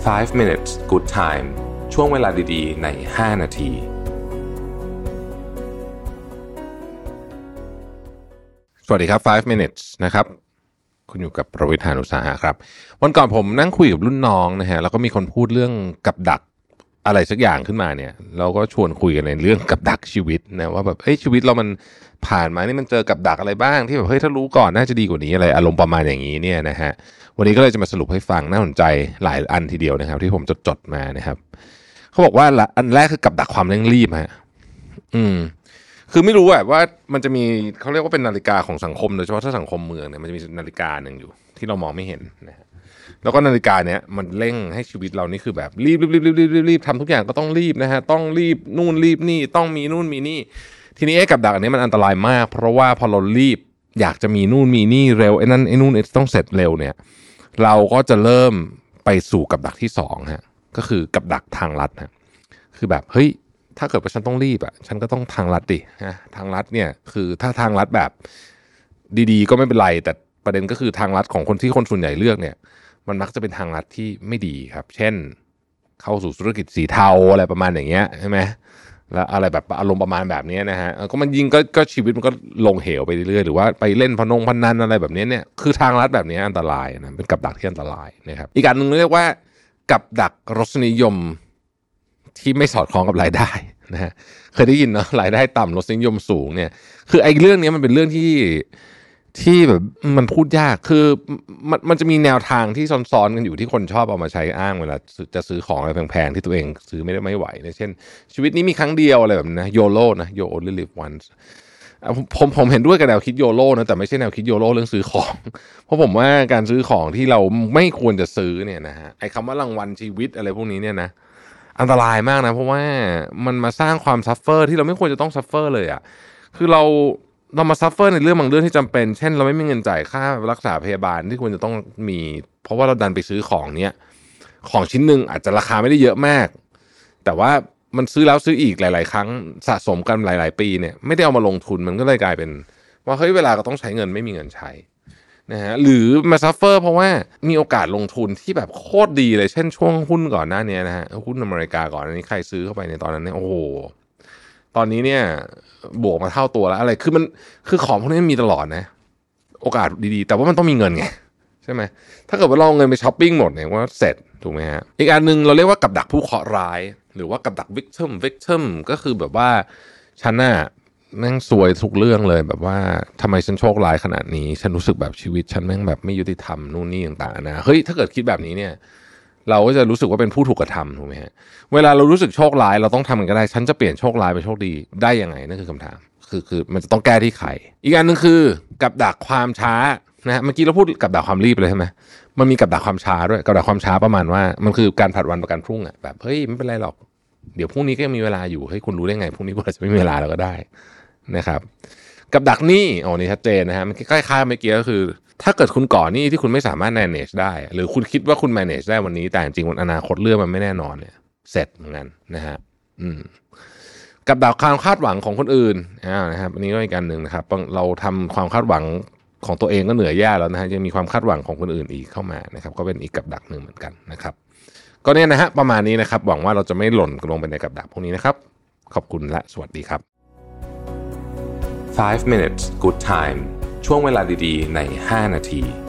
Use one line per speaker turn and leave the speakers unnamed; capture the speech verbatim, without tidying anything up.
five minutes good time ช่วงเวลาดีๆในห้านาทีสวัสดีครับfive minutesนะครับคุณอยู่กับประวิทย์ หาญอุตสาหะครับวันก่อนผมนั่งคุยกับรุ่นน้องนะฮะแล้วก็มีคนพูดเรื่องกับดักอะไรสักอย่างขึ้นมาเนี่ยเราก็ชวนคุยกันในเรื่องกับดักชีวิตนะว่าแบบเอ้ยชีวิตเรามันผ่านมานี่มันเจอกับดักอะไรบ้างที่แบบเฮ้ยถ้ารู้ก่อนน่าจะดีกว่านี้อะไรอารมณ์ประมาณอย่างนี้เนี่ยนะฮะวันนี้ก็เลยจะมาสรุปให้ฟังน่าสนใจหลายอันทีเดียวนะครับที่ผมจดจดมานะครับเขาบอกว่าอันแรกคือกับดักความเร่งรีบฮะอืมคือไม่รู้อะว่ามันจะมีเขาเรียกว่าเป็นนาฬิกาของสังคมโดยเฉพาะถ้าสังคมเมืองเนี่ยมันจะมีนาฬิกาหนึ่งอยู่ที่เรามองไม่เห็นนะฮะแล้วก็นาฬิกาเนี้ยมันเร่งให้ชีวิตเรานี่คือแบบรีบรีบรีบรีบรีบรีบทำทุกอย่างก็ต้องรีบนะฮะต้องรีบนู่นรีบนี่ต้องมีนู่นมีนี่ทีนี้ไอ้กับดักอันนี้มันอันตรายมากเพราะว่าพอเรารีบอยากจะมีนู่นมีนี่เร็วไอ้นั่นไอ้นู่นไอ้ต้องเสร็จเร็วเนี่ยเราก็จะเริ่มไปสู่กับดักที่สองฮะก็คือกับดักทางลัดฮะคือแบบเฮ้ยถ้าเกิดว่าฉันต้องรีบอ่ะฉันก็ต้องทางลัดดินะทางลัดเนี่ยคือถ้าทางลัดแบบดีๆก็ไม่เป็นไรแต่ประเด็นก็คือทางลัดของคนที่คนส่วนใหญ่เลือกเนี่ยมันมักจะเป็นทางลัดที่ไม่ดีครับเช่นเข้าสู่ธุรกิจสีเทาอะไรประมาณอย่างเงี้ยใช่ไหมแล้วอะไรแบบอารมณ์ประมาณแบบนี้นะฮะก็มันยิงก็ก็ชีวิตมันก็ลงเหวไปเรื่อยๆหรือว่าไปเล่นพนงพนันอะไรแบบนี้เนี่ยคือทางลัดแบบนี้อันตรายนะเป็นกับดักที่อันตรายนะครับอีกอันนึงเรียกว่ากับดักรสนิยมที่ไม่สอดคล้องกับรายได้นะฮะเคยได้ยินเนาะรายได้ต่ำรสนิยมสูงเนี่ยคือไอ้เรื่องนี้มันเป็นเรื่องที่ที่แบบมันพูดยากคือมันมันจะมีแนวทางที่ซ้อนๆกันอยู่ที่คนชอบเอามาใช้อ้างเวลาจะซื้อของอะไรแพงๆที่ตัวเองซื้อไม่ได้ไม่ไหวเนี่ยเช่นชีวิตนี้มีครั้งเดียวอะไรแบบนี้นะ โย โล นะ you only live once ผมผมเห็นด้วยกับแนวคิด โย โล นะแต่ไม่ใช่แนวคิด โย โล เรื่องซื้อของเพราะผมว่าการซื้อของที่เราไม่ควรจะซื้อเนี่ยนะฮะไอ้คำว่ารางวัลชีวิตอะไรพวกนี้เนี่ยนะอันตรายมากนะเพราะว่ามันมาสร้างความซัฟเฟอร์ที่เราไม่ควรจะต้องซัฟเฟอร์เลยอ่ะคือเราเรามาซัฟเฟอร์ในเรื่องบางเรื่องที่จำเป็นเช่นเราไม่มีเงินจ่ายค่ารักษาพยาบาลที่ควรจะต้องมีเพราะว่าเราดันไปซื้อของเนี้ยของชิ้นหนึ่งอาจจะราคาไม่ได้เยอะมากแต่ว่ามันซื้อแล้วซื้ออีกหลายๆครั้งสะสมกันหลายๆปีเนี่ยไม่ได้เอามาลงทุนมันก็เลยกลายเป็นว่าเฮ้ยเวลาก็ต้องใช้เงินไม่มีเงินใช้นะฮะหรือมาซัฟเฟอร์เพราะว่ามีโอกาสลงทุนที่แบบโคตรดีเลยเช่นช่วงหุ้นก่อนหน้านี้นะฮะหุ้นอเมริกาก่อนอันนี้ใครซื้อเข้าไปในตอนนั้นเนี่ยโอ้โหตอนนี้เนี่ยบวกมาเท่าตัวแล้วอะไรคือมันคือของพวกนี้มีตลอดนะโอกาสดีๆแต่ว่ามันต้องมีเงินไงใช่ไหมถ้าเกิดว่าเราเงินไปช้อปปิ้งหมดเนี่ยว่าเสร็จถูกไหมฮะอีกอันนึงเราเรียกว่ากับดักผู้เคราะห์ร้ายหรือว่ากับดัก victim victim ก็คือแบบว่าฉันน่ะแม่งซวยทุกเรื่องเลยแบบว่าทำไมฉันโชคร้ายขนาดนี้ฉันรู้สึกแบบชีวิตฉันแม่งแบบไม่ยุติธรรมนู่นนี่ต่างๆนะเฮ้ยถ้าเกิดคิดแบบนี้เนี่ยเราก็จะรู้สึกว่าเป็นผู้ถูกกระทำถูกไหมฮะเวลาเรารู้สึกโชคร้ายเราต้องทำมันก็ได้ฉันจะเปลี่ยนโชคร้ายเป็นโชคดีได้ยังไงนั่นคือคำถามคือคือมันจะต้องแก้ที่ใครอีกอันนึงคือกับดักความช้านะฮะเมื่อกี้เราพูดกับดักความรีบเลยใช่ไหมมันมีกับดักความช้าด้วยกับดักความช้าประมาณว่ามันคือการผัดวันประกันพรุ่งอ่ะแบบเฮ้ยไม่เป็นไรหรอกเดี๋ยวพรุ่งนี้ก็ยังมีเวลาอยู่เฮ้ยคุณรู้ได้ไงพรุ่งนี้คุณอาจจะไม่มีเวลาแล้วก็ได้นะครับกับดักหนี้อ๋อนี่ชัดเจนนะฮะมันคล้ายๆเมื่อกี้ก็คือถ้าเกิดคุณก่อหนี้ที่คุณไม่สามารถ manage ได้หรือคุณคิดว่าคุณ manage ได้วันนี้แต่จริงๆวันอนาคตเรื่องมันไม่แน่นอนเนี่ยเสร็จเหมือนกันนะฮะอืมกับดักความคาดหวังของคนอื่นอ่านะครับอันนี้ก็อีกอันหนึ่งนะครับเราทำความคาดหวังของตัวเองก็เหนื่อยแย่แล้วนะฮะยังมีความคาดหวังของคนอื่นอีกเข้ามานะครับก็เป็นอีกกับดักหนึ่งเหมือนกันนะครับก็เนี่ยนะฮะประมาณนี้นะครับหวังว่าเราจะไม่หล่นลงไปในกับดักพวกนี้นะครับขอบคุณและสวัสดีครับfive minutes good time ช่วงเวลาดีๆในห้านาที